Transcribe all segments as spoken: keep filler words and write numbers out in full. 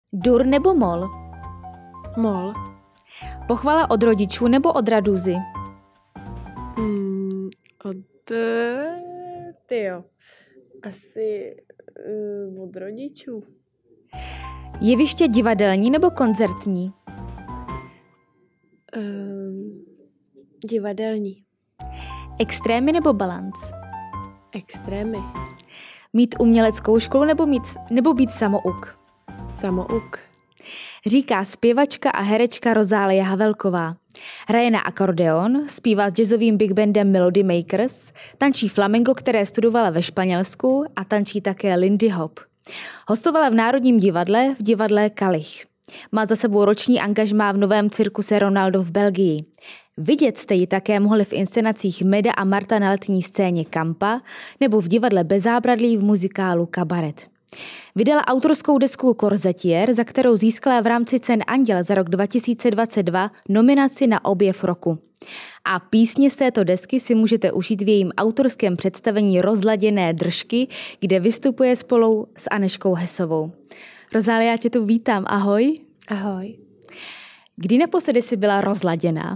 Dur nebo mol? Mol. Pochvala od rodičů nebo od Raduzy? Hmm, od... Tyjo. Asi uh, od rodičů. Jeviště divadelní nebo koncertní? Um, divadelní. Extrémy nebo balanc? Extrémy. Mít uměleckou školu nebo, mít, nebo být samouk? Samouk. Říká zpěvačka a herečka Rozália Havelková. Hraje na akordeon, zpívá s jazzovým big bandem Melody Makers, tančí flamenco, které studovala ve Španělsku a tančí také Lindy Hop. Hostovala v Národním divadle v divadle Kalich. Má za sebou roční angažmá v novém cirkuse Ronaldo v Belgii. Vidět jste ji také mohli v inscenacích Meda a Marta na letní scéně Kampa nebo v divadle Bez zábradlí v muzikálu Kabaret. Vydala autorskou desku Korzetier, za kterou získala v rámci cen Anděl za rok dva tisíce dvacet dva nominaci na objev roku. A písně z této desky si můžete užít v jejím autorském představení Rozladěné držky, kde vystupuje spolu s Aneškou Hesovou. Rozália, já tě tu vítám, ahoj. Ahoj. Kdy naposledy jsi byla rozladěná?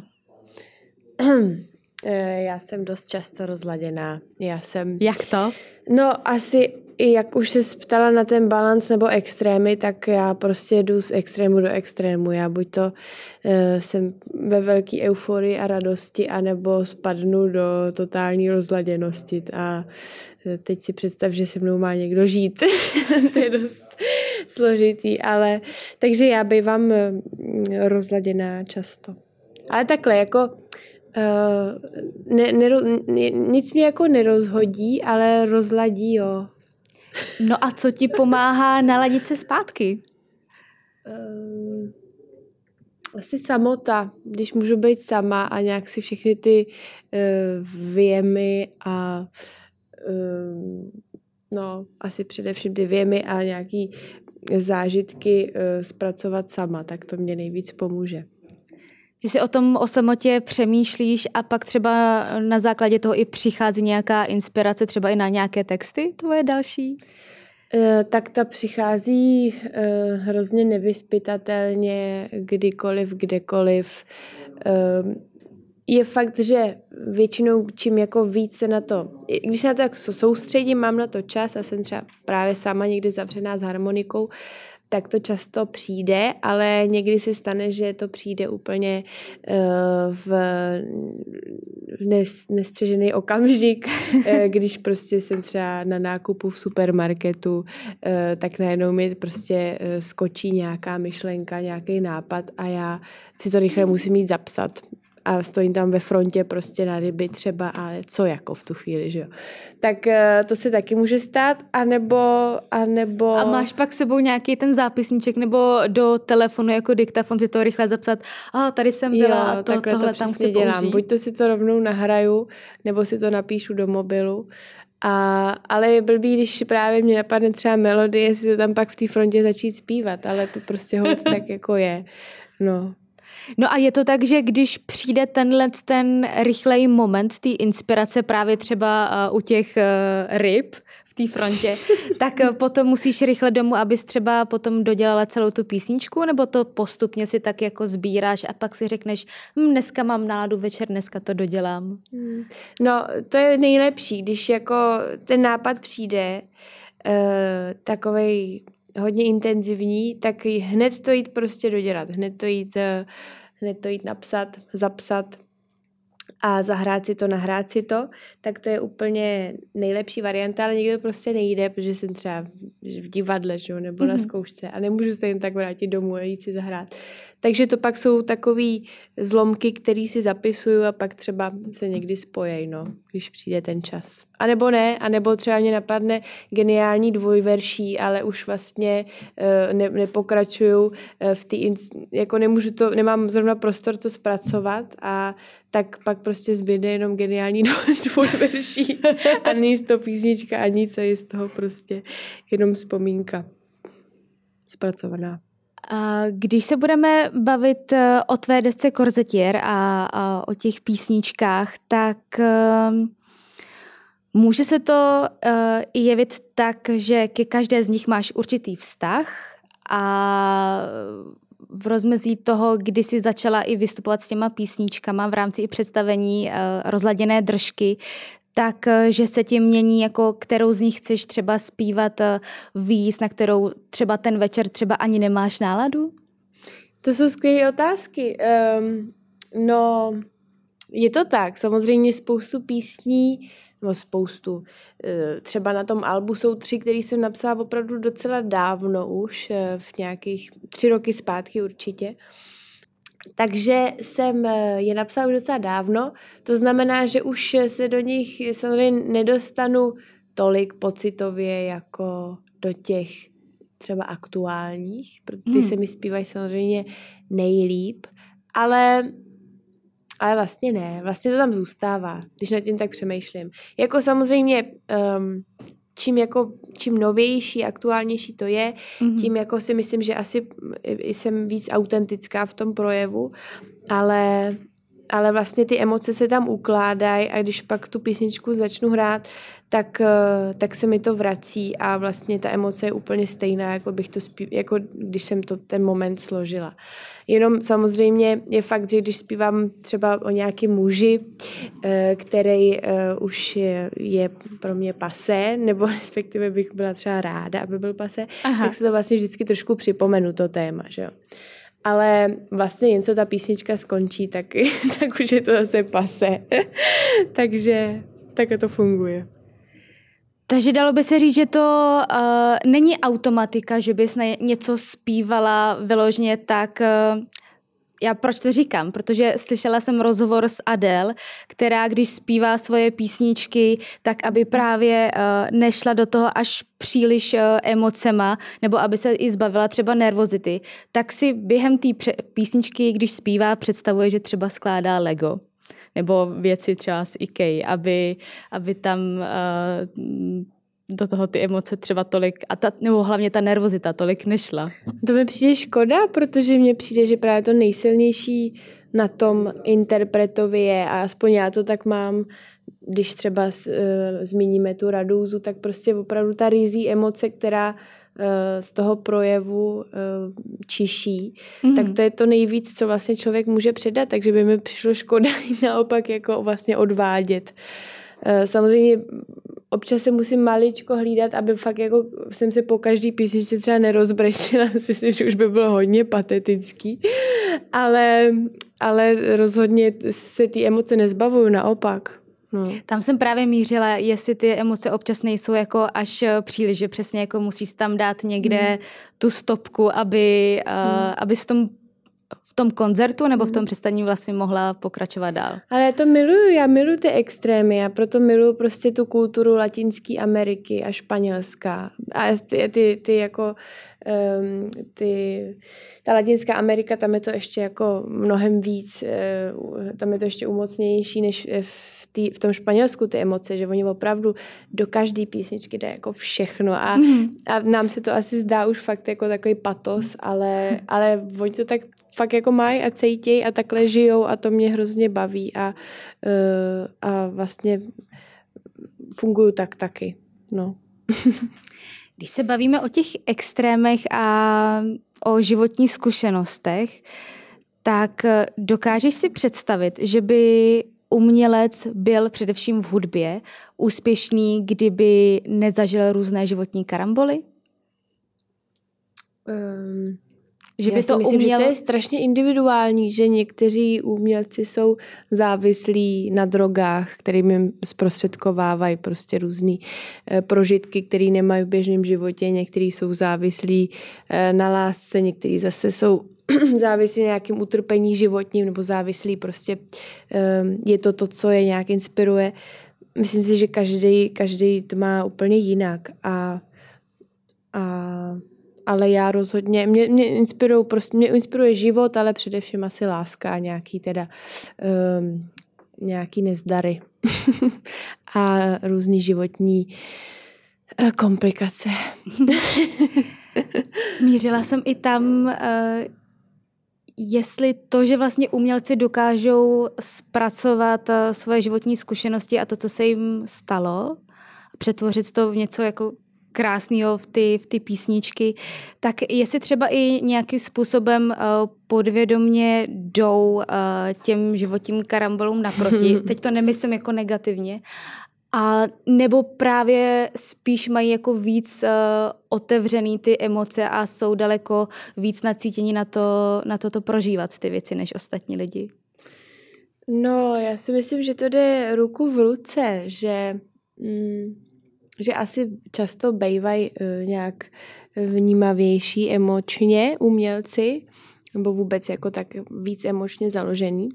Já jsem dost často rozladěná. Já jsem... Jak to? No asi, jak už se ptala na ten balans nebo extrémy, tak já prostě jdu z extrému do extrému. Já buď to uh, jsem ve velké euforii a radosti, anebo spadnu do totální rozladěnosti. A teď si představ, že se mnou má někdo žít. To je dost složitý, ale takže já bývám rozladěná často. Ale takhle, jako uh, ne, nero, ne, nic mě jako nerozhodí, ale rozladí, jo. No a co ti pomáhá naladit se zpátky? Uh, asi samota, když můžu být sama a nějak si všechny ty uh, věmy a uh, no, asi především ty věmy a nějaký zážitky uh, zpracovat sama, tak to mě nejvíc pomůže. Že si o tom o samotě přemýšlíš a pak třeba na základě toho i přichází nějaká inspirace, třeba i na nějaké texty tvoje další? E, tak ta přichází e, hrozně nevyzpytatelně, kdykoliv, kdekoliv. E, je fakt, že většinou čím jako víc se na to, když se na to jako soustředím, mám na to čas a jsem třeba právě sama někdy zavřená s harmonikou, tak to často přijde, ale někdy se stane, že to přijde úplně uh, v nes, nestřežený okamžik, když prostě jsem třeba na nákupu v supermarketu, uh, tak najednou mi prostě uh, skočí nějaká myšlenka, nějaký nápad a já si to rychle musím mít zapsat. A stojím tam ve frontě prostě na ryby třeba a co jako v tu chvíli, že jo. Tak to se taky může stát, anebo... anebo... A máš pak s sebou nějaký ten zápisníček nebo do telefonu jako diktafon si to rychle zapsat, a tady jsem byla, jo, to, tohle to tam chci dělám. použít. Buď to si to rovnou nahraju, nebo si to napíšu do mobilu. A, ale je blbý, když právě mě napadne třeba melodie, si to tam pak v té frontě začít zpívat, ale to prostě hoď tak jako je. No. No a je to tak, že když přijde tenhle ten rychlej moment té inspirace právě třeba uh, u těch uh, ryb v té frontě, tak uh, potom musíš rychle domů, abys třeba potom dodělala celou tu písničku, nebo to postupně si tak jako sbíráš a pak si řekneš, hm, dneska mám náladu večer, dneska to dodělám. Hmm. No, to je nejlepší, když jako ten nápad přijde uh, takovej hodně intenzivní, tak hned to jít prostě dodělat, hned to jít, hned to jít napsat, zapsat a zahrát si to, nahrát si to, tak to je úplně nejlepší varianta, ale někdo prostě nejde, protože jsem třeba v divadle, že, nebo na zkoušce a nemůžu se jen tak vrátit domů a jít si zahrát. Takže to pak jsou takový zlomky, který si zapisuju a pak třeba se někdy spojej, no, když přijde ten čas. A nebo ne, a nebo třeba mě napadne geniální dvojverší, ale už vlastně ne, nepokračuju v té, jako nemůžu to, nemám zrovna prostor to zpracovat a tak pak prostě zbyde jenom geniální dvojverší a není z toho písnička a nic a je z toho prostě jenom vzpomínka zpracovaná. Když se budeme bavit o tvé desce Korzetier a, a o těch písničkách, tak uh, může se to uh, jevit tak, že ke každé z nich máš určitý vztah a v rozmezí toho, kdy jsi začala i vystupovat s těma písničkama v rámci i představení Rozladěné držky, tak, že se ti mění, jako kterou z nich chceš třeba zpívat víc, na kterou třeba ten večer třeba ani nemáš náladu? To jsou skvělé otázky. Um, no, je to tak. Samozřejmě spoustu písní, nebo spoustu. Třeba na tom albu jsou tři, které jsem napsala opravdu docela dávno už, v nějakých tři roky zpátky určitě. Takže jsem je napsala už docela dávno, to znamená, že už se do nich samozřejmě nedostanu tolik pocitově jako do těch třeba aktuálních, protože ty hmm. se mi zpívají samozřejmě nejlíp, ale, ale vlastně ne, vlastně to tam zůstává, když nad tím tak přemýšlím. Jako samozřejmě um, čím, jako, čím novější, aktuálnější to je, mm-hmm. tím jako si myslím, že asi jsem víc autentická v tom projevu, ale, ale vlastně ty emoce se tam ukládají a když pak tu písničku začnu hrát, tak, tak se mi to vrací a vlastně ta emoce je úplně stejná, jako, bych to zpív, jako když jsem to ten moment složila. Jenom samozřejmě je fakt, že když zpívám třeba o nějakém muži, který už je, je pro mě pasé, nebo respektive bych byla třeba ráda, aby byl pasé, Aha. tak se to vlastně vždycky trošku připomenu to téma, že jo. Ale vlastně jen co ta písnička skončí, tak, tak už je to zase pasé. Takže tak to funguje. Takže dalo by se říct, že to uh, není automatika, že bys na něco zpívala vyloženě tak... Uh, já proč to říkám? Protože slyšela jsem rozhovor s Adele, která když zpívá svoje písničky, tak aby právě uh, nešla do toho až příliš uh, emocema, nebo aby se i zbavila třeba nervozity, tak si během té pře- písničky, když zpívá, představuje, že třeba skládá Lego. Nebo věci třeba z IKEA, aby, aby tam uh, do toho ty emoce třeba tolik, a ta, nebo hlavně ta nervozita tolik nešla. To mi přijde škoda, protože mně přijde, že právě to nejsilnější na tom interpretovi je, a aspoň já to tak mám, když třeba uh, zmíníme tu Radúzu, tak prostě opravdu ta rizí emoce, která z toho projevu čiší, mm. tak to je to nejvíc, co vlastně člověk může předat, takže by mi přišlo škoda naopak jako vlastně odvádět. Samozřejmě občas se musím maličko hlídat, aby fakt jako jsem se po každý písničce třeba nerozbrečila, myslím, že už by bylo hodně patetický, ale, ale rozhodně se ty emoce nezbavuju, naopak. No. Tam jsem právě mířila, jestli ty emoce občas nejsou jako až příliš, že přesně jako musíš tam dát někde mm. tu stopku, aby, mm. uh, aby v tom, v tom koncertu nebo v tom představení vlastně mohla pokračovat dál. Ale já to miluju, já miluju ty extrémy a proto miluju prostě tu kulturu Latinské Ameriky a Španělska. A ty, ty, ty jako um, ty, ta Latinská Amerika, tam je to ještě jako mnohem víc, uh, tam je to ještě umocnější než v Tý, v tom Španělsku ty emoce, že oni opravdu do každé písničky dají jako všechno a, mm. a nám se to asi zdá už fakt jako takový patos, ale, ale oni to tak fakt jako mají a cítějí a takhle žijou a to mě hrozně baví a, uh, a vlastně fungují tak taky. No. Když se bavíme o těch extrémech a o životních zkušenostech, tak dokážeš si představit, že by umělec byl především v hudbě úspěšný, kdyby nezažil různé životní karamboly? Um, že by já to myslím, uměl... že to je strašně individuální, že někteří umělci jsou závislí na drogách, kterým jim zprostředkovávají prostě různý eh, prožitky, které nemají v běžném životě. Někteří jsou závislí eh, na lásce, někteří zase jsou závislí na nějakým utrpení životním nebo závislí prostě um, je to to, co je nějak inspiruje. Myslím si, že každý, každý to má úplně jinak a, a ale já rozhodně, mě, mě, inspirují, prostě, mě inspiruje život, ale především asi láska a nějaký teda um, nějaký nezdary a různý životní uh, komplikace. Mířila jsem i tam, uh, jestli to, že vlastně umělci dokážou zpracovat uh, svoje životní zkušenosti a to, co se jim stalo, přetvořit to v něco jako krásného v ty, v ty písničky, tak jestli třeba i nějakým způsobem uh, podvědomě jdou uh, těm životním karambolům naproti, teď to nemyslím jako negativně, a nebo právě spíš mají jako víc uh, otevřený ty emoce a jsou daleko víc nacítění na to, na to, to prožívat ty věci než ostatní lidi. No, já si myslím, že to jde ruku v ruce, že, mm, že asi často bývají uh, nějak vnímavější emočně umělci, nebo vůbec jako tak víc emočně založený.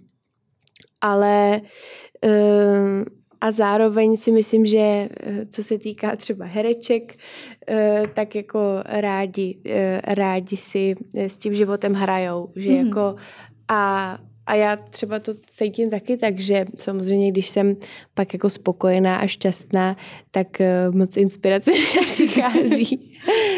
Ale uh, a zároveň si myslím, že co se týká třeba hereček, tak jako rádi, rádi si s tím životem hrajou. Že mm. jako a, a já třeba to cítím taky tak, že samozřejmě, když jsem pak jako spokojená a šťastná, tak moc inspirace nepřichází.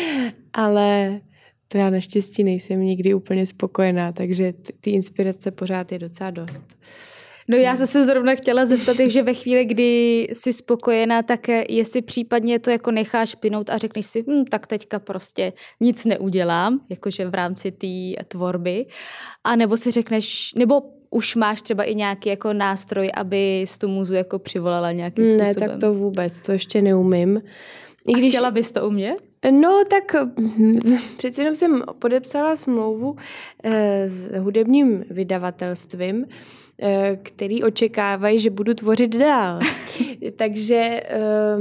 Ale to já naštěstí nejsem nikdy úplně spokojená, takže ty inspirace pořád je docela dost. No já jsem se zrovna chtěla zeptat, že ve chvíli, kdy jsi spokojená, tak jestli případně to jako necháš plynout a řekneš si, hm, tak teďka prostě nic neudělám, jakože v rámci té tvorby, a nebo si řekneš, nebo už máš třeba i nějaký jako nástroj, aby tu můzu jako přivolala nějakým způsobem. Ne, tak to vůbec, to ještě neumím. I když... A chtěla bys to umět? No, tak přeci jenom jsem podepsala smlouvu eh, s hudebním vydavatelstvím, eh, který očekávají, že budu tvořit dál. takže, eh,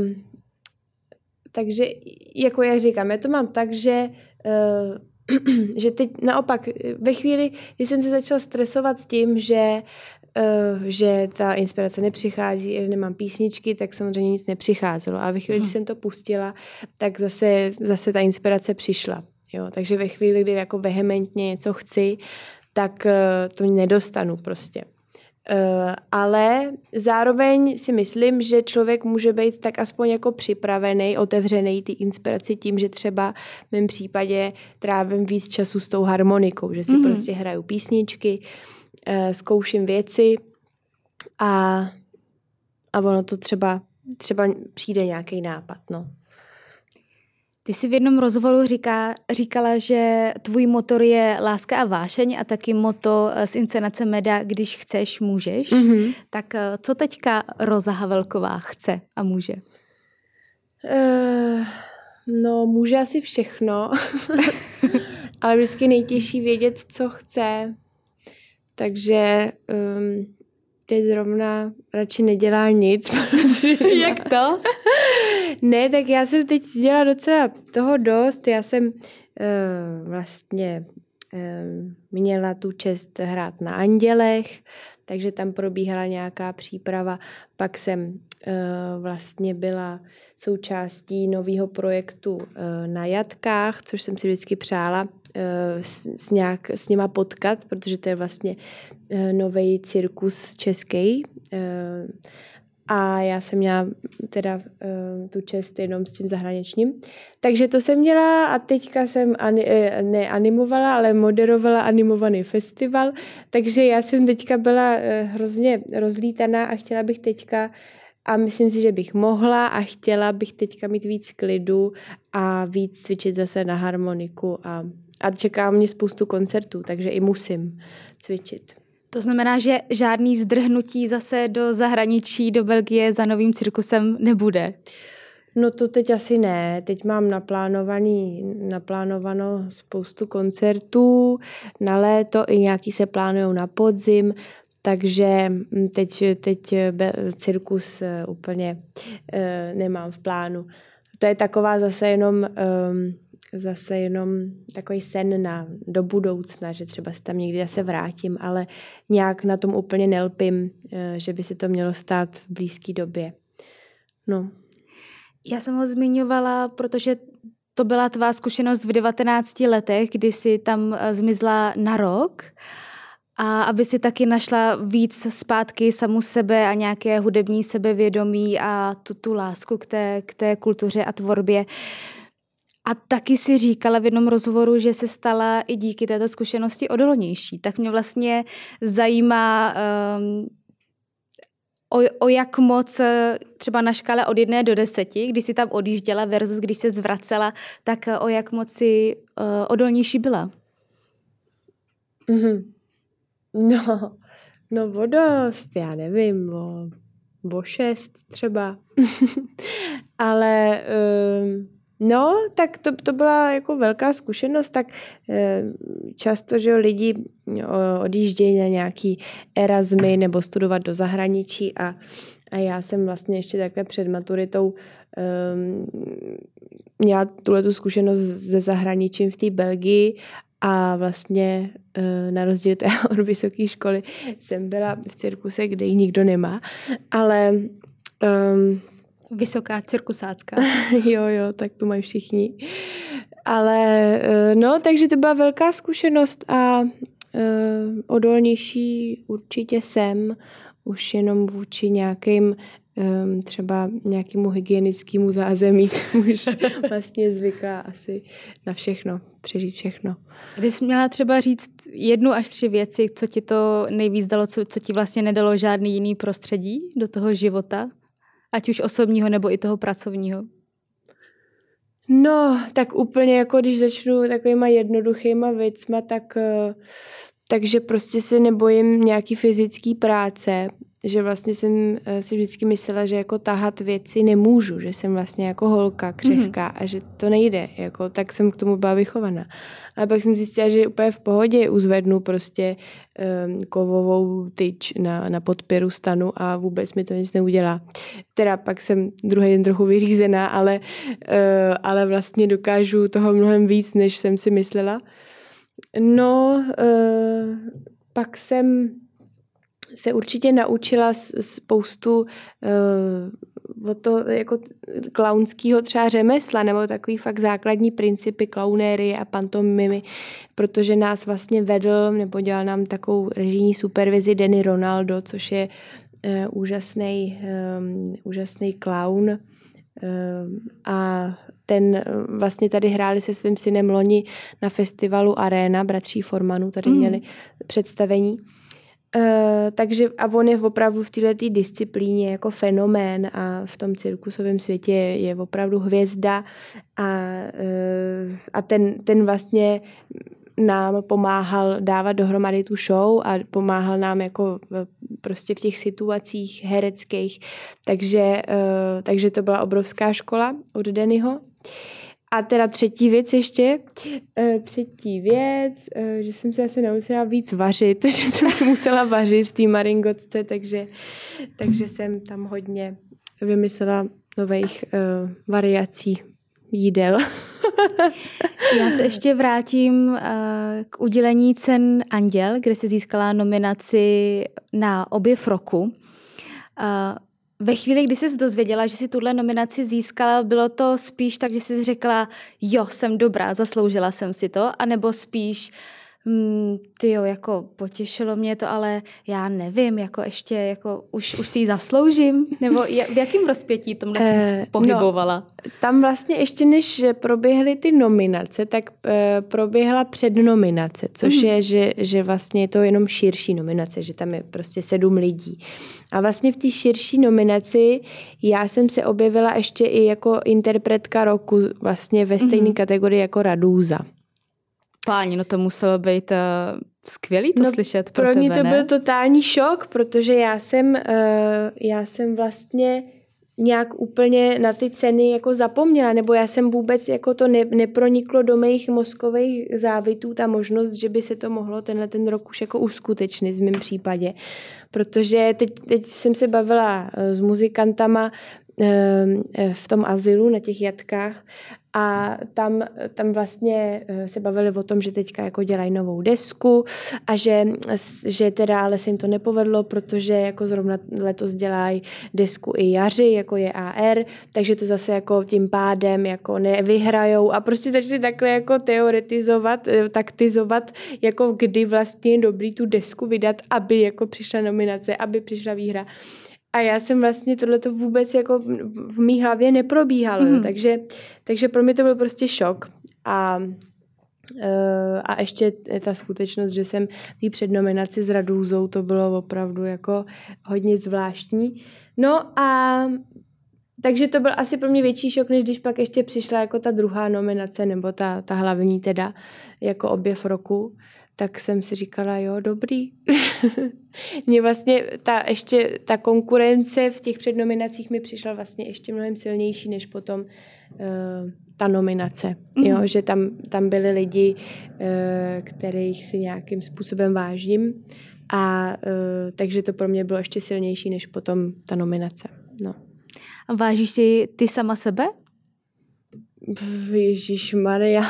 takže, jako já říkám, já to mám tak, že, eh, že teď naopak ve chvíli, kdy jsem se začala stresovat tím, že Uh, že ta inspirace nepřichází, že nemám písničky, tak samozřejmě nic nepřicházelo. A ve chvíli, hmm. když jsem to pustila, tak zase, zase ta inspirace přišla. Jo? Takže ve chvíli, kdy jako vehementně něco chci, tak uh, to nedostanu prostě. Uh, ale zároveň si myslím, že člověk může být tak aspoň jako připravený, otevřený ty inspiraci tím, že třeba v mém případě trávím víc času s tou harmonikou, že si hmm. prostě hraju písničky, zkouším věci a, a ono to třeba, třeba přijde nějaký nápad. No. Ty jsi v jednom rozhovoru říká, říkala, že tvůj motor je láska a vášeň a taky motto z inscenace Meda, když chceš, můžeš. Mm-hmm. Tak co teďka Roza Havelková chce a může? Uh, no, může asi všechno, ale vždycky nejtěžší vědět, co chce. Takže um, teď zrovna radši nedělá nic. Jak to? Ne, tak já jsem teď dělala docela toho dost. Já jsem uh, vlastně uh, měla tu čest hrát na Andělech, takže tam probíhala nějaká příprava. Pak jsem uh, vlastně byla součástí nového projektu uh, na Jatkách, což jsem si vždycky přála S, s, nějak, s něma potkat, protože to je vlastně uh, nový cirkus český. Uh, a já jsem měla teda uh, tu čest jenom s tím zahraničním. Takže to jsem měla a teďka jsem ani, neanimovala, ale moderovala animovaný festival. Takže já jsem teďka byla uh, hrozně rozlítaná a chtěla bych teďka a myslím si, že bych mohla a chtěla bych teďka mít víc klidu a víc cvičit zase na harmoniku a A čeká mě spoustu koncertů, takže i musím cvičit. To znamená, že žádný zdrhnutí zase do zahraničí, do Belgie za novým cirkusem nebude? No to teď asi ne. Teď mám naplánovaný, naplánovanou spoustu koncertů na léto, i nějaký se plánujou na podzim, takže teď, teď cirkus úplně uh, nemám v plánu. To je taková zase jenom... Um, zase jenom takový sen na, do budoucna, že třeba se tam někdy zase vrátím, ale nějak na tom úplně nelpím, že by se to mělo stát v blízké době. No. Já jsem ho zmiňovala, protože to byla tvá zkušenost v devatenácti letech, kdy jsi tam zmizla na rok a aby si taky našla víc zpátky samu sebe a nějaké hudební sebevědomí a tu, tu lásku k té, k té kultuře a tvorbě. A taky si říkala v jednom rozhovoru, že se stala i díky této zkušenosti odolnější. Tak mě vlastně zajímá, um, o, o jak moc třeba na škále od jedné do deseti, když jsi tam odjížděla versus když se zvracela, tak o jak moc si uh, odolnější byla? Mm-hmm. No, no o dost, já nevím, o, o šest třeba. Ale um, no, tak to, to byla jako velká zkušenost, tak um, často, že lidi odjíždějí na nějaký Erasmy nebo studovat do zahraničí a, a já jsem vlastně ještě takhle před maturitou um, měla tuhletu zkušenost ze zahraničím v té Belgii a vlastně na rozdíl od vysoké školy jsem byla v cirkuse, kde ji nikdo nemá, ale um, vysoká cirkusácká. jo, jo, tak to mají všichni. Ale no, takže to byla velká zkušenost a uh, odolnější určitě jsem už jenom vůči nějakým um, třeba nějakému hygienickému zázemí jsem už vlastně zvyklá asi na všechno, přežít všechno. Když jsi měla třeba říct jednu až tři věci, co ti to nejvíc dalo, co, co ti vlastně nedalo žádný jiný prostředí do toho života, ať už osobního nebo i toho pracovního? No, tak úplně jako když začnu takovýma jednoduchýma věcma, tak takže prostě se nebojím nějaký fyzický práce, že vlastně jsem si vždycky myslela, že jako tahat věci nemůžu, že jsem vlastně jako holka křehká mm-hmm. a že to nejde, jako, tak jsem k tomu byla vychovaná. A pak jsem zjistila, že úplně v pohodě uzvednu prostě um, kovovou tyč na, na podpěru stanu a vůbec mi to nic neudělá. Teda pak jsem druhý den trochu vyřízená, ale, uh, ale vlastně dokážu toho mnohem víc, než jsem si myslela. No, uh, pak jsem se určitě naučila spoustu uh, o to jako klaunského třeba řemesla nebo takový fakt základní principy klaunéry a pantomimy, protože nás vlastně vedl nebo dělal nám takovou režijní supervizi Danny Ronaldo, což je uh, úžasný um, úžasný klaun. Uh, a ten vlastně tady hráli se svým synem loni na festivalu Arena, bratří Formanů, tady měli mm. představení. Uh, takže a on je opravdu v této disciplíně jako fenomén a v tom cirkusovém světě je, je opravdu hvězda a, uh, a ten, ten vlastně nám pomáhal dávat dohromady tu show a pomáhal nám jako prostě v těch situacích hereckých, takže, uh, takže to byla obrovská škola od Dannyho. A teda třetí věc ještě, uh, třetí věc, uh, že jsem se asi naučila víc vařit, že jsem si musela vařit v té maringotce, takže, takže jsem tam hodně vymyslela nových uh, variací jídel. Já se ještě vrátím uh, k udělení cen Anděl, kde jsi získala nominaci na objev roku. Uh, Ve chvíli, kdy jsi dozvěděla, že jsi tuhle nominaci získala, bylo to spíš tak, že jsi řekla, jo, jsem dobrá, zasloužila jsem si to, anebo spíš, hm, tyjo, jako potěšilo mě to, ale já nevím, jako ještě, jako už, už si ji zasloužím, nebo v jakém rozpětí tomhle jsem se pohybovala? No, tam vlastně ještě než proběhly ty nominace, tak e, proběhla přednominace, což mm. je, že, že vlastně je to jenom širší nominace, že tam je prostě sedm lidí. A vlastně v té širší nominaci já jsem se objevila ještě i jako interpretka roku vlastně ve stejné mm. kategorii jako Radúza. Páni, no to muselo být uh, skvělý to no, slyšet pro, pro tebe, mě to ne? byl totální šok, protože já jsem, uh, já jsem vlastně nějak úplně na ty ceny jako zapomněla, nebo já jsem vůbec jako to ne, neproniklo do mých mozkových závitů ta možnost, že by se to mohlo tenhle ten rok už jako uskutečnit v mém případě. Protože teď, teď jsem se bavila s muzikantama v tom azylu na těch jatkách a tam, tam vlastně se bavili o tom, že teďka jako dělají novou desku a že, že teda ale se jim to nepovedlo, protože jako zrovna letos dělají desku i jaři, jako je á er, takže to zase jako tím pádem jako nevyhrajou a prostě začali takhle jako teoretizovat, taktizovat, jako kdy vlastně je dobrý tu desku vydat, aby jako přišla nominace, aby přišla výhra. A já jsem vlastně tohleto vůbec jako v mý hlavě neprobíhalo, mm. takže, takže pro mě to byl prostě šok. A, A ještě ta skutečnost, že jsem v té přednominaci s Radúzou, to bylo opravdu jako hodně zvláštní. No a takže to byl asi pro mě větší šok, než když pak ještě přišla jako ta druhá nominace, nebo ta, ta hlavní teda, jako objev roku, tak jsem si říkala, jo, dobrý. Mně vlastně ta, ještě ta konkurence v těch přednominacích mi přišla vlastně ještě mnohem silnější, než potom uh, ta nominace. Mm. Jo, že tam, tam byli lidi, uh, kterých si nějakým způsobem vážím, a uh, takže to pro mě bylo ještě silnější, než potom ta nominace. No. Vážíš si ty sama sebe? Ježišmarja,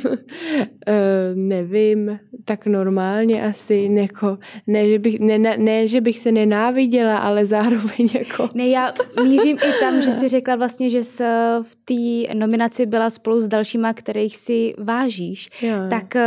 nevím, tak normálně asi, jako, ne, že bych, ne, ne, že bych se nenáviděla, ale zároveň jako... Ne, já mířím i tam, že jsi řekla vlastně, že jsi v té nominaci byla spolu s dalšíma, kterých si vážíš. Jo. Tak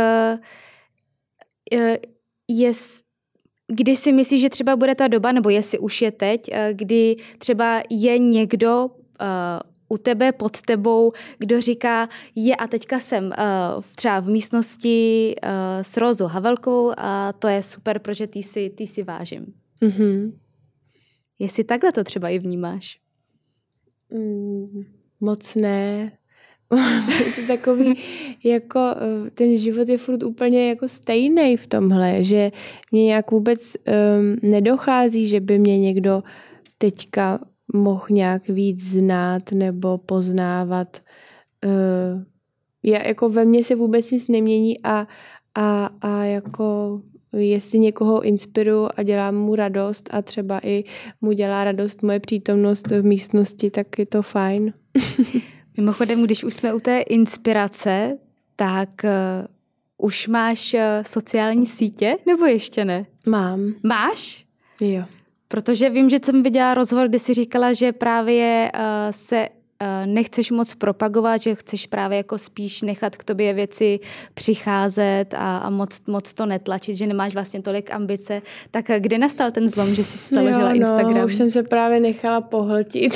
je... Kdy si myslíš, že třeba bude ta doba, nebo jestli už je teď, kdy třeba je někdo u tebe, pod tebou, kdo říká, je a teďka jsem uh, třeba v místnosti uh, s Rózou Havelkovou a to je super, protože ty si, ty si vážím. Mm-hmm. Jestli takhle to třeba i vnímáš? Mm, moc ne. To takový, jako ten život je furt úplně jako stejný v tomhle, že mě nějak vůbec um, nedochází, že by mě někdo teďka mohl nějak víc znát nebo poznávat. Uh, já, jako ve mně se vůbec nic nemění a, a, a jako jestli někoho inspiruju a dělám mu radost a třeba i mu dělá radost moje přítomnost v místnosti, tak je to fajn. Mimochodem, když už jsme u té inspirace, tak uh, už máš uh, sociální sítě, nebo ještě ne? Mám. Máš? Jo. Protože vím, že jsem viděla rozhovor, kde jsi říkala, že právě uh, se uh, nechceš moc propagovat, že chceš právě jako spíš nechat k tobě věci přicházet a, a moc, moc to netlačit, že nemáš vlastně tolik ambice. Tak kde nastal ten zlom, že jsi založila jo, no, Instagram? Už jsem se právě nechala pohltit.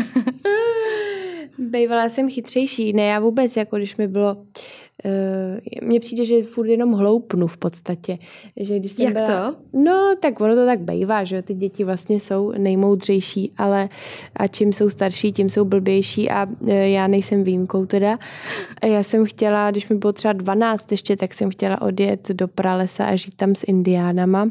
Bývala jsem chytřejší. Ne, já vůbec, jako když mi bylo... Uh, mně přijde, že furt jenom hloupnu v podstatě. Že když jsem Jak byla, to? No, tak ono to tak bývá, že ty děti vlastně jsou nejmoudřejší, ale a čím jsou starší, tím jsou blbější a uh, já nejsem výjimkou teda. Já jsem chtěla, když mi bylo třeba dvanáct ještě, tak jsem chtěla odjet do pralesa a žít tam s indiánama.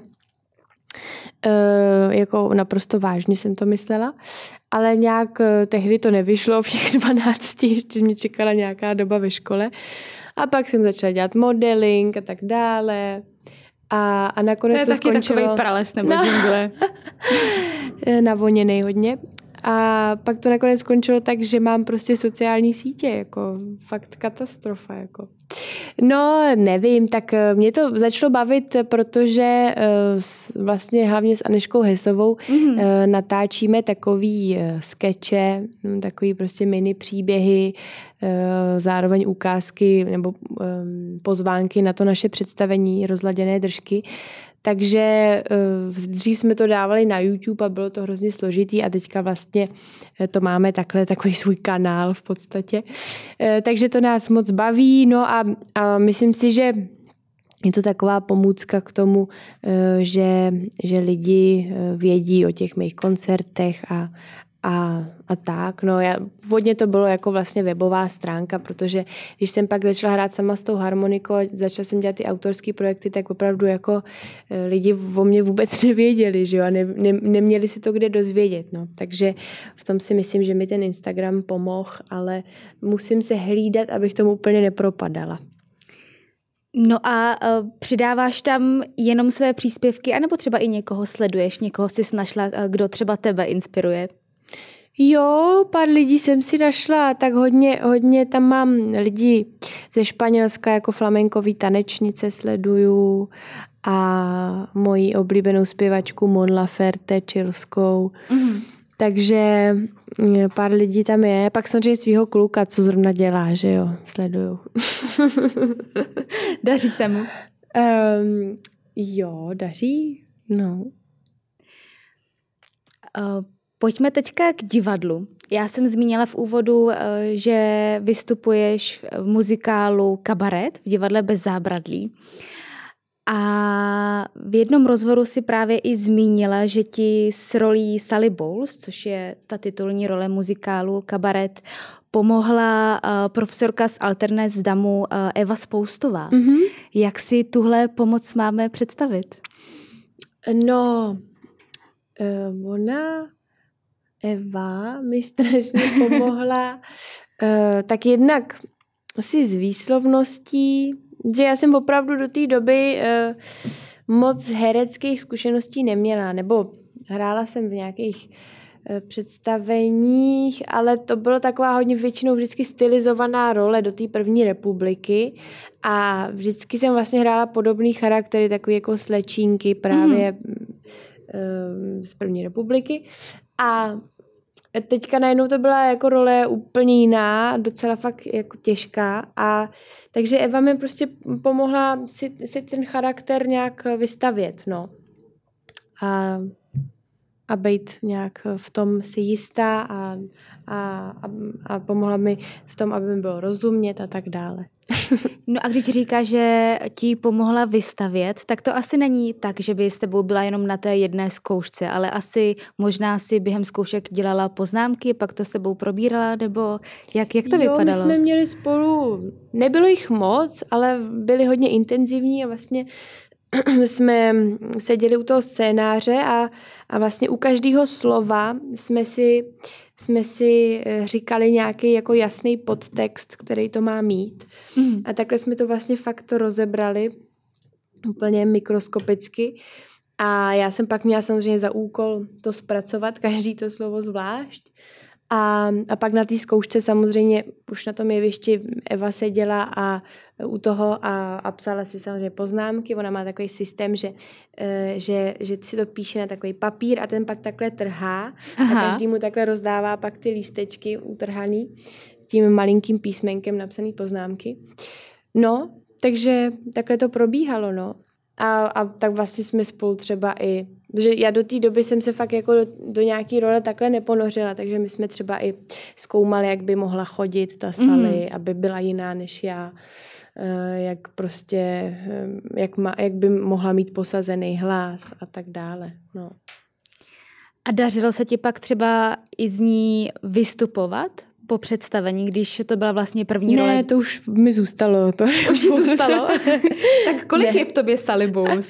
Uh, jako naprosto vážně jsem to myslela, ale nějak uh, tehdy to nevyšlo v těch dvanácti, ještě mě čekala nějaká doba ve škole a pak jsem začala dělat modeling a tak dále a, a nakonec to, to je to taky skončilo... takovej prales nebo no. džungle. Navoněnej hodně. A pak to nakonec skončilo tak, že mám prostě sociální sítě, jako fakt katastrofa, jako. No, nevím, tak mě to začalo bavit, protože uh, vlastně hlavně s Anežkou Hesovou mm-hmm. uh, natáčíme takový uh, skeče, takový prostě mini příběhy, uh, zároveň ukázky nebo um, pozvánky na to naše představení Rozladěné držky. Takže dřív jsme to dávali na YouTube a bylo to hrozně složitý a teďka vlastně to máme takhle, takový svůj kanál v podstatě. Takže to nás moc baví, no a, a myslím si, že je to taková pomůcka k tomu, že, že lidi vědí o těch mých koncertech a, a, a tak. No, já, původně to bylo jako vlastně webová stránka, protože když jsem pak začala hrát sama s tou harmonikou a začala jsem dělat ty autorské projekty, tak opravdu jako lidi o mě vůbec nevěděli, že jo, a ne, ne, neměli si to kde dozvědět, no. Takže v tom si myslím, že mi ten Instagram pomohl, ale musím se hlídat, abych tomu úplně nepropadala. No a uh, přidáváš tam jenom své příspěvky, anebo třeba i někoho sleduješ, někoho jsi našla, uh, kdo třeba tebe inspiruje? Jo, pár lidí jsem si našla, tak hodně, hodně tam mám lidi ze Španělska, jako flamenkový tanečnice sleduju a moji oblíbenou zpěvačku Mon Laferte Čilskou. Mm-hmm. Takže pár lidí tam je. Pak samozřejmě svýho kluka, co zrovna dělá, že jo, sleduju. Daří se mu? Um, jo, daří, no. Uh, Pojďme teďka k divadlu. Já jsem zmínila v úvodu, že vystupuješ v muzikálu Kabaret v divadle Bez zábradlí. A v jednom rozhovoru si právě i zmínila, že ti s rolí Sally Bowles, což je ta titulní role muzikálu Kabaret, pomohla uh, profesorka z Alterné z Damu uh, Eva Spoustová. Mm-hmm. Jak si tuhle pomoc máme představit? No, uh, ona, Eva, mi strašně pomohla uh, tak jednak asi z výslovností, že já jsem opravdu do té doby uh, moc hereckých zkušeností neměla, nebo hrála jsem v nějakých uh, představeních, ale to bylo taková hodně většinou vždycky stylizovaná role do té první republiky a vždycky jsem vlastně hrála podobný charaktery, takový jako slečínky právě mm. uh, z první republiky a teďka najednou to byla jako role úplně jiná, docela fakt jako těžká a takže Eva mi prostě pomohla si, si ten charakter nějak vystavět, no. A, a být nějak v tom si jistá a, a, a, a pomohla mi v tom, aby mi bylo rozumět a tak dále. No a když říká, že ti pomohla vystavět, tak to asi není tak, že by s tebou byla jenom na té jedné zkoušce, ale asi možná si během zkoušek dělala poznámky, pak to s tebou probírala, nebo jak, jak to jo, vypadalo? Jo, my jsme měli spolu, nebylo jich moc, ale byly hodně intenzivní a vlastně jsme seděli u toho scénáře a, a vlastně u každého slova jsme si, jsme si říkali nějaký jako jasný podtext, který to má mít. Mm. A takhle jsme to vlastně fakt to rozebrali úplně mikroskopicky. A já jsem pak měla samozřejmě za úkol to zpracovat, každý to slovo zvlášť. A, a pak na té zkoušce samozřejmě už na tom jevišti Eva seděla a u toho a, a psala si samozřejmě poznámky. Ona má takový systém, že, že, že si to píše na takový papír a ten pak takhle trhá. Aha. A každý mu takhle rozdává pak ty lístečky utrhaný tím malinkým písmenkem napsaný poznámky. No, takže takhle to probíhalo, no. A, a tak vlastně jsme spolu třeba i, protože já do té doby jsem se fakt jako do, do nějaký role takhle neponořila, takže my jsme třeba i zkoumali, jak by mohla chodit ta Sally, mm. aby byla jiná než já, jak prostě, jak, má, jak by mohla mít posazený hlas a tak dále, no. A dařilo se ti pak třeba i z ní vystupovat po představení, když to byla vlastně první ne, role? Ne, to už mi zůstalo. To už mi zůstalo? Tak kolik ne. je v tobě Sally Bowles?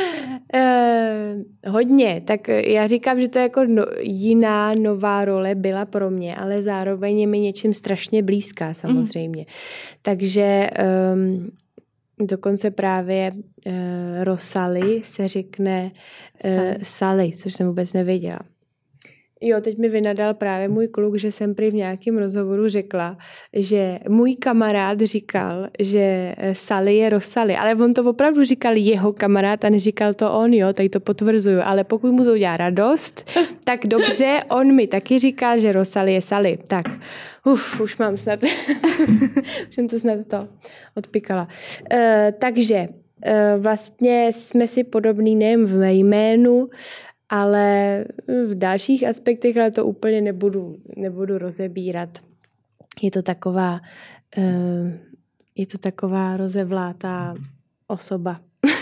Uh, hodně. Tak já říkám, že to jako no, jiná nová role byla pro mě, ale zároveň je mi něčím strašně blízká samozřejmě. Mm. Takže um, dokonce právě uh, Rosalie se řekne uh, Sally. Sally, což jsem vůbec nevěděla. Jo, teď mi vynadal právě můj kluk, že jsem prý v nějakém rozhovoru řekla, že můj kamarád říkal, že Sally je Rosalie, ale on to opravdu říkal jeho kamarád a neříkal to on, jo, tady to potvrzuju, ale pokud mu to udělá radost, tak dobře, on mi taky říkal, že Rosalie je Sally. Tak, uf, už mám snad, už jsem to snad to odpikala. Uh, takže uh, vlastně jsme si podobný nejen v jménu, ale v dalších aspektech, ale to úplně nebudu, nebudu rozebírat. Je to taková, uh, je to taková rozevlátá osoba.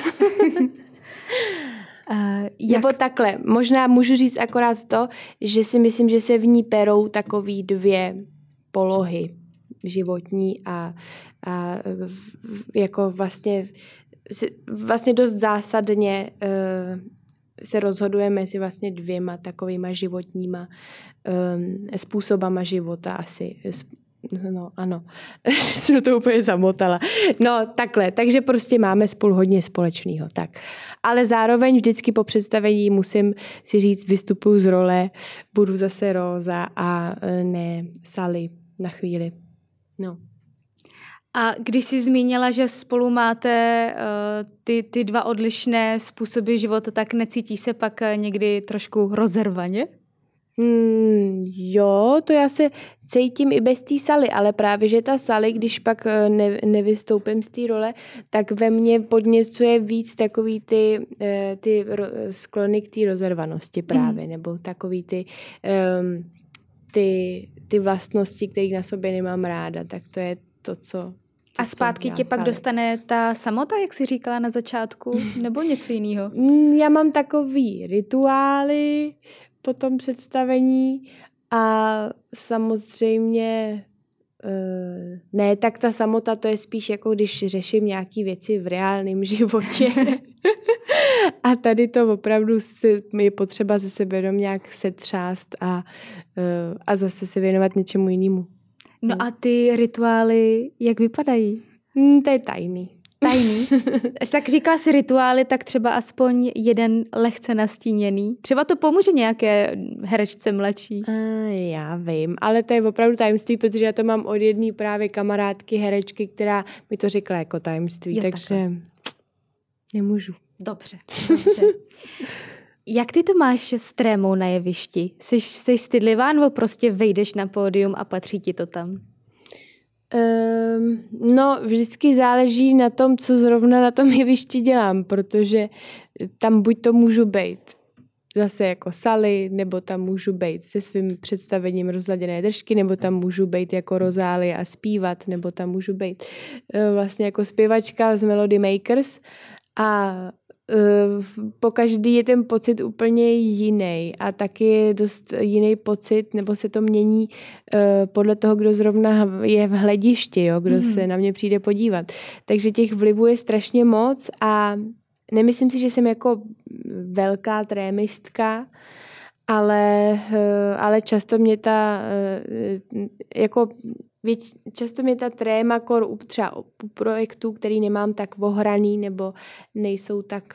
uh, jak... Nebo takhle, možná můžu říct akorát to, že si myslím, že se v ní perou takový dvě polohy životní a, a jako vlastně, vlastně dost zásadně uh, se rozhoduje mezi vlastně dvěma takovýma životníma um, způsobama života asi. No, ano. Jsem to úplně zamotala. No, takhle. Takže prostě máme spolu hodně společného. Tak. Ale zároveň vždycky po představení musím si říct, vystupuju z role, budu zase Róza a ne Sally na chvíli. No. A když jsi zmínila, že spolu máte uh, ty, ty dva odlišné způsoby života, tak necítíš se pak někdy trošku rozervaně? Hmm, jo, to já se cítím i bez té Sally, ale právě, že ta Sally, když pak ne, nevystoupím z té role, tak ve mně podněcuje víc takový ty, ty sklony k té rozervanosti právě, mm. nebo takový ty, um, ty, ty vlastnosti, které na sobě nemám ráda, tak to je to, co... To, a zpátky tě pak dostane ta samota, jak jsi říkala na začátku, nebo něco jiného? Já mám takový rituály po tom představení a samozřejmě ne, tak ta samota to je spíš jako když řeším nějaký věci v reálném životě. A tady to opravdu si, je potřeba se sebe jenom nějak setřást a, a zase se věnovat něčemu jinému. No a ty rituály, jak vypadají? Hmm, to je tajný. Tajný? Až tak říkala si rituály, tak třeba aspoň jeden lehce nastíněný. Třeba to pomůže nějaké herečce mladší. A já vím, ale to je opravdu tajemství, protože já to mám od jedné právě kamarádky, herečky, která mi to řekla jako tajemství, jo, takže takhle. Nemůžu. Dobře, dobře. Jak ty to máš s trémou na jevišti? Jsi, jsi stydlivá nebo prostě vejdeš na pódium a patří ti to tam? Um, no, vždycky záleží na tom, co zrovna na tom jevišti dělám, protože tam buď to můžu být zase jako Sally, nebo tam můžu být se svým představením Rozladěné držky, nebo tam můžu být jako Rozálie a zpívat, nebo tam můžu být uh, vlastně jako zpěvačka z Melody Makers a Uh, po každý je ten pocit úplně jiný a taky je dost jiný pocit, nebo se to mění uh, podle toho, kdo zrovna je v hledišti, jo, kdo mm-hmm. se na mě přijde podívat. Takže těch vlivů je strašně moc a nemyslím si, že jsem jako velká trémistka, ale, uh, ale často mě ta uh, jako Věč, často mě ta tréma kor třeba u projektů, který nemám tak ohraný nebo nejsou tak,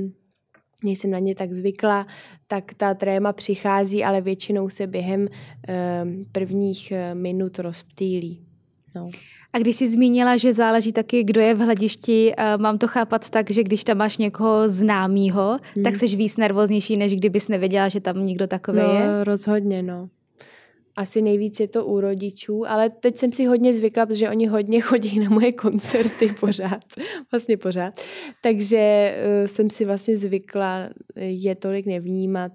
nejsem na ně tak zvykla, tak ta tréma přichází, ale většinou se během um, prvních minut rozptýlí. No. A když jsi zmínila, že záleží taky, kdo je v hledišti, mám to chápat tak, že když tam máš někoho známýho, hmm. tak jsi víc nervóznější, než kdybys nevěděla, že tam někdo takový no, je? No, rozhodně, no. Asi nejvíc je to u rodičů, ale teď jsem si hodně zvykla, protože oni hodně chodí na moje koncerty pořád, vlastně pořád. Takže uh, jsem si vlastně zvykla je tolik nevnímat.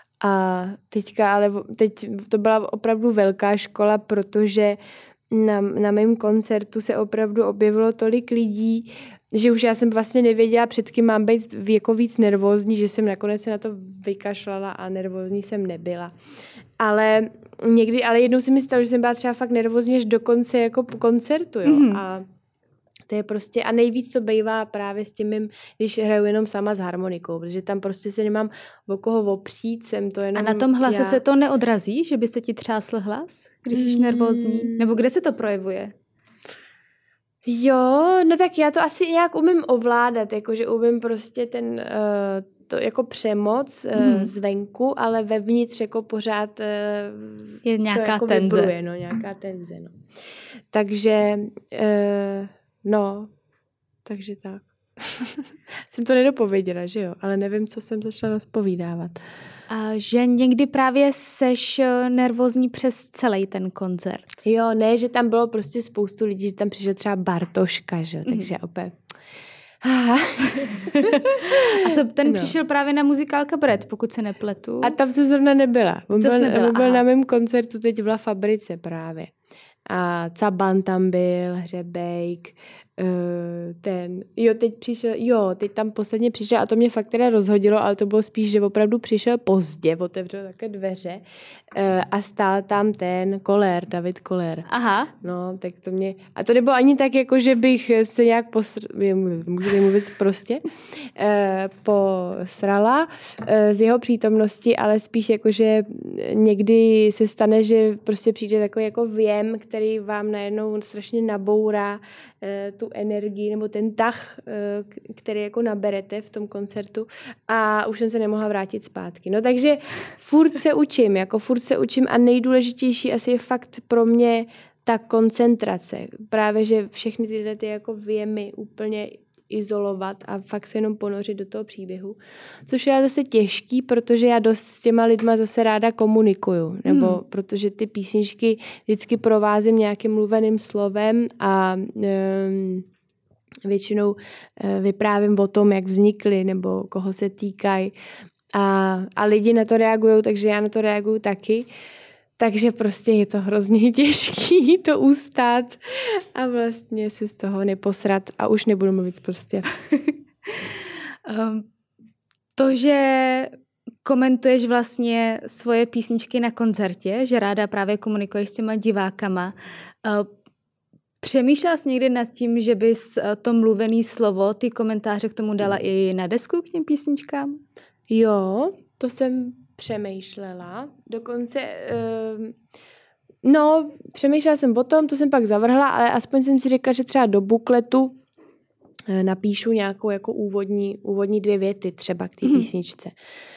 A teďka, ale teď to byla opravdu velká škola, protože na, na mém koncertu se opravdu objevilo tolik lidí, že už já jsem vlastně nevěděla, před kým mám být jako víc nervózní, že jsem nakonec se na to vykašlala a nervózní jsem nebyla. Ale někdy, ale jednou se mi stalo, že jsem byla třeba fakt nervózní až do konce jako koncertu, jo. Mm-hmm. A to je prostě, a nejvíc to bývá právě s tím mým, když hraju jenom sama s harmonikou, protože tam prostě se nemám o koho opřít, jsem to jenom A na tom hlase já. se to neodrazí, že by se ti třásl hlas, když jsi mm. nervózní? Nebo kde se to projevuje? Jo, no tak já to asi nějak umím ovládat, jakože umím prostě ten... Uh, to jako přemoc mm. zvenku, ale vevnitř jako pořád je nějaká to jako tenze. Vibruje, no, nějaká tenze, no. Takže, uh, no, takže tak. Jsem to nedopověděla, že jo, ale nevím, co jsem začala rozpovídávat. A že někdy právě seš nervózní přes celý ten koncert. Jo, ne, že tam bylo prostě spoustu lidí, že tam přišel třeba Bartoška, že jo, takže mm. opět a to, ten no. přišel právě na muzikál Kabaret, pokud se nepletu. A tam se zrovna nebyla. On to byl, nebyla, on byl na mém koncertu teď v La Fabrice právě. A Caban tam byl, Hřebejk, ten, jo, teď přišel, jo, teď tam posledně přišel a to mě fakt teda rozhodilo, ale to bylo spíš, že opravdu přišel pozdě, otevřel také dveře a stál tam ten Koller, David Koller. Aha. No, tak to mě, a to nebylo ani tak, jako že bych se nějak posr... můžu mluvit prostě, posrala z jeho přítomnosti, ale spíš jako, že někdy se stane, že prostě přijde takový jako věm, který vám najednou strašně nabourá tu energii nebo ten tah, který jako naberete v tom koncertu a už jsem se nemohla vrátit zpátky. No takže furt se učím, jako furt se učím a nejdůležitější asi je fakt pro mě ta koncentrace. Právě, že všechny tyhle ty jako věmy úplně izolovat a fakt se jenom ponořit do toho příběhu. Což je zase těžký, protože já dost s těma lidma zase ráda komunikuju. Nebo hmm. protože ty písničky vždycky provázím nějakým mluveným slovem a um, většinou uh, vyprávím o tom, jak vznikly nebo koho se týkají. A, a lidi na to reagují, takže já na to reaguju taky. Takže prostě je to hrozně těžký to ustát a vlastně se z toho neposrat a už nebudu mluvit prostě. um, to, že komentuješ vlastně svoje písničky na koncertě, že ráda právě komunikuješ s těma divákama, uh, přemýšlela jsi někdy nad tím, že bys to mluvený slovo, ty komentáře k tomu dala i na desku k těm písničkám? Jo, to jsem přemýšlela. Dokonce, uh, no, přemýšlela jsem o tom, to jsem pak zavrhla, ale aspoň jsem si řekla, že třeba do bukletu uh, napíšu nějakou jako úvodní, úvodní dvě věty třeba k té mm. písničce.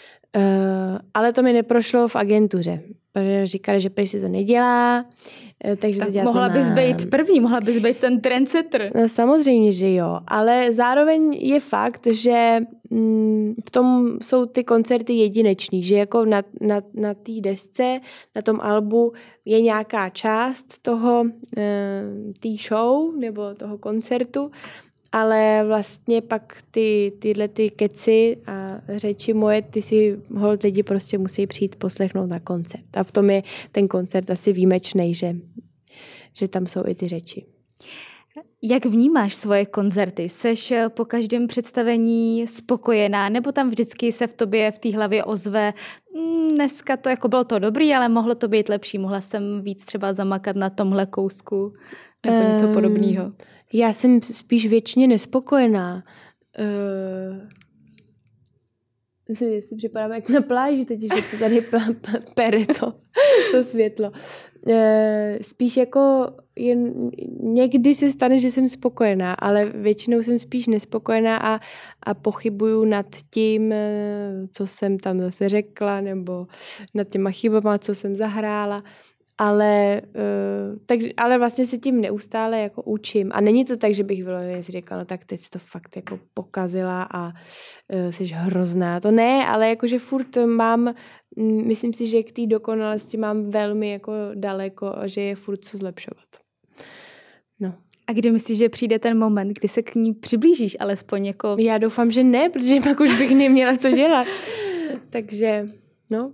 Uh, ale to mi neprošlo v agentuře, protože říkali, že prý si to nedělá, uh, takže tak to dělat mohla nemám. bys být první, mohla bys být ten trendsetter. No, samozřejmě, že jo, ale zároveň je fakt, že mm, v tom jsou ty koncerty jedinečný, že jako na, na, na té desce, na tom albu je nějaká část toho, uh, té show nebo toho koncertu, ale vlastně pak ty, tyhle ty keci a řeči moje, ty si holt lidi prostě musí přijít poslechnout na koncert. A v tom je ten koncert asi výjimečný, že, že tam jsou i ty řeči. Jak vnímáš svoje koncerty? Seš po každém představení spokojená, nebo tam vždycky se v tobě v té hlavě ozve mm, dneska to jako bylo to dobrý, ale mohlo to být lepší, mohla jsem víc třeba zamakat na tomhle kousku nebo um, něco podobného? Já jsem spíš věčně nespokojená. Uh, myslím, že si připadám jak na pláži teď, že to tady pere to, to světlo. Uh, spíš jako jen, někdy se stane, že jsem spokojená, ale většinou jsem spíš nespokojená a, a pochybuju nad tím, co jsem tam zase řekla, nebo nad těma chybama, co jsem zahrála. Ale, uh, tak, ale vlastně se tím neustále jako učím. A není to tak, že bych vyloženě si řekla, no tak teď jsi to fakt jako pokazila a uh, jsi hrozná. To ne, ale jakože furt mám, myslím si, že k té dokonalosti mám velmi jako daleko a že je furt co zlepšovat. No. A kdy myslíš, že přijde ten moment, kdy se k ní přiblížíš alespoň jako... Já doufám, že ne, protože pak už bych neměla co dělat. Takže, no...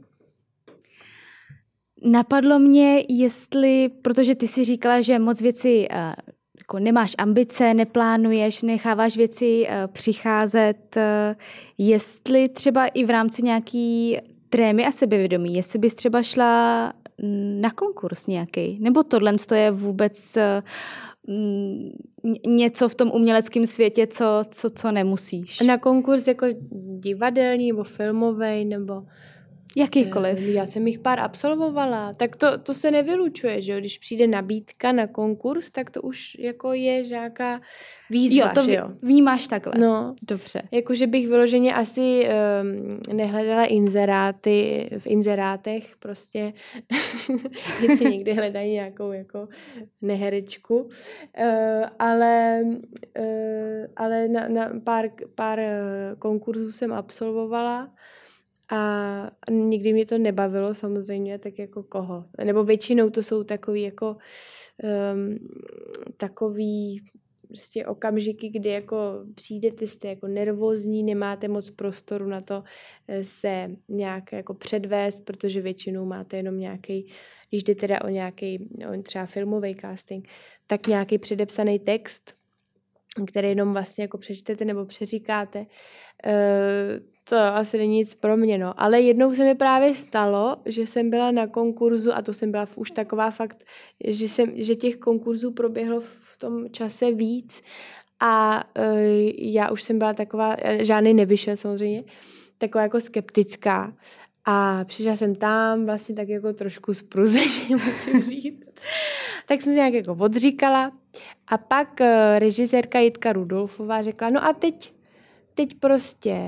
Napadlo mě, jestli, protože ty si říkala, že moc věci uh, jako nemáš ambice, neplánuješ, necháváš věci uh, přicházet, uh, jestli třeba i v rámci nějaký trémy a sebevědomí, jestli bys třeba šla na konkurs nějaký, nebo tohle je vůbec uh, něco v tom uměleckém světě, co, co, co nemusíš? Na konkurs jako divadelní nebo filmový nebo... Jakýkoliv. Já jsem jich pár absolvovala. Tak to, to se nevylučuje, že jo? Když přijde nabídka na konkurs, tak to už jako je nějaká výzva, jo, to že jo? vnímáš takhle. No. Dobře. Jakože bych vyloženě asi um, nehledala inzeráty v inzerátech prostě, jestli někdy hledají nějakou jako neherečku. Uh, ale uh, ale na, na pár, pár konkurzů jsem absolvovala. A nikdy mě to nebavilo samozřejmě, tak jako koho. Nebo většinou to jsou takový jako um, takový prostě okamžiky, kdy jako přijdete, jste jako nervózní, nemáte moc prostoru na to se nějak jako předvést, protože většinou máte jenom nějaký, když jde teda o nějaký o třeba filmový casting, tak nějaký předepsaný text, který jenom vlastně jako přečtete nebo přeříkáte. Uh, to asi není nic pro mě, no. Ale jednou se mi právě stalo, že jsem byla na konkurzu a to jsem byla už taková fakt, že, jsem, že těch konkurzů proběhlo v tom čase víc a uh, já už jsem byla taková, žádný nevyšel samozřejmě, taková jako skeptická. A přišla jsem tam vlastně tak jako trošku spruzeně, musím říct. Tak jsem si nějak jako odříkala. A pak uh, režisérka Jitka Rudolfová řekla, no a teď, teď prostě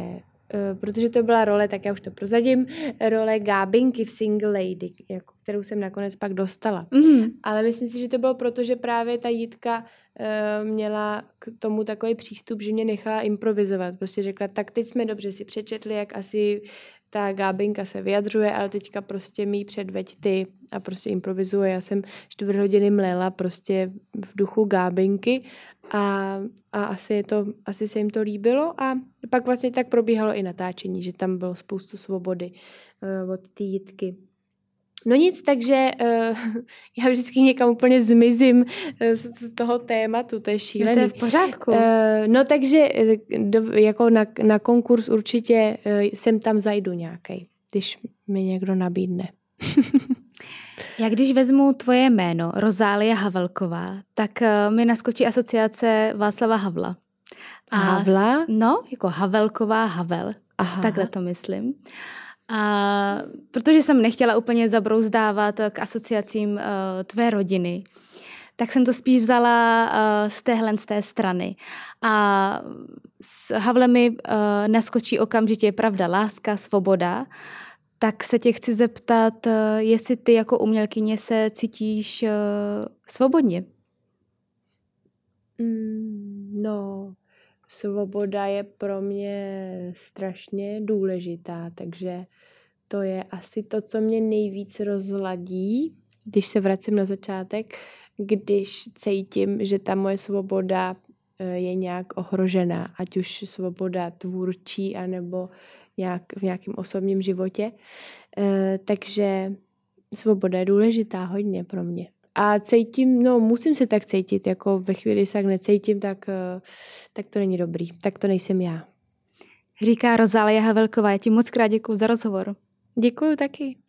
protože to byla role, tak já už to prozadím, role Gábinky v Single Lady, jako, kterou jsem nakonec pak dostala. Mm-hmm. Ale myslím si, že to bylo proto, že právě ta Jitka uh, měla k tomu takový přístup, že mě nechala improvizovat. Prostě řekla, tak teď jsme dobře si přečetli, jak asi ta Gábinka se vyjadřuje, ale teďka prostě mi předveď ty a prostě improvizuje. Já jsem čtvrt hodiny mlela prostě v duchu Gábinky a, a asi, je to, asi se jim to líbilo a pak vlastně tak probíhalo i natáčení, že tam bylo spoustu svobody uh, od té Jitky. No nic, takže uh, já vždycky někam úplně zmizím uh, z, z toho tématu, to je šílený. No to je v pořádku. Uh, no takže do, jako na, na konkurs určitě uh, sem tam zajdu nějaký, když mi někdo nabídne. Já když vezmu tvoje jméno, Rozálie Havelková, tak uh, mi naskočí asociace Václava Havla. A Havla? No, jako Havelková, Havel. Aha. Takhle to myslím. A protože jsem nechtěla úplně zabrouzdávat k asociacím uh, tvé rodiny, tak jsem to spíš vzala uh, z téhle z té strany. A s Havlem mi uh, naskočí okamžitě pravda, láska, svoboda. Tak se tě chci zeptat, uh, jestli ty jako umělkyně se cítíš uh, svobodně? Mm, no, svoboda je pro mě strašně důležitá, takže to je asi to, co mě nejvíc rozladí, když se vracím na začátek, když cítím, že ta moje svoboda je nějak ohrožená, ať už svoboda tvůrčí, anebo nějak v nějakém osobním životě. Takže svoboda je důležitá hodně pro mě. A cítím, no musím se tak cítit, jako ve chvíli, se tak necítím, tak, tak to není dobrý. Tak to nejsem já. Říká Rozálie Havelková. Já ti moc krát děkuju za rozhovor. Děkuju taky.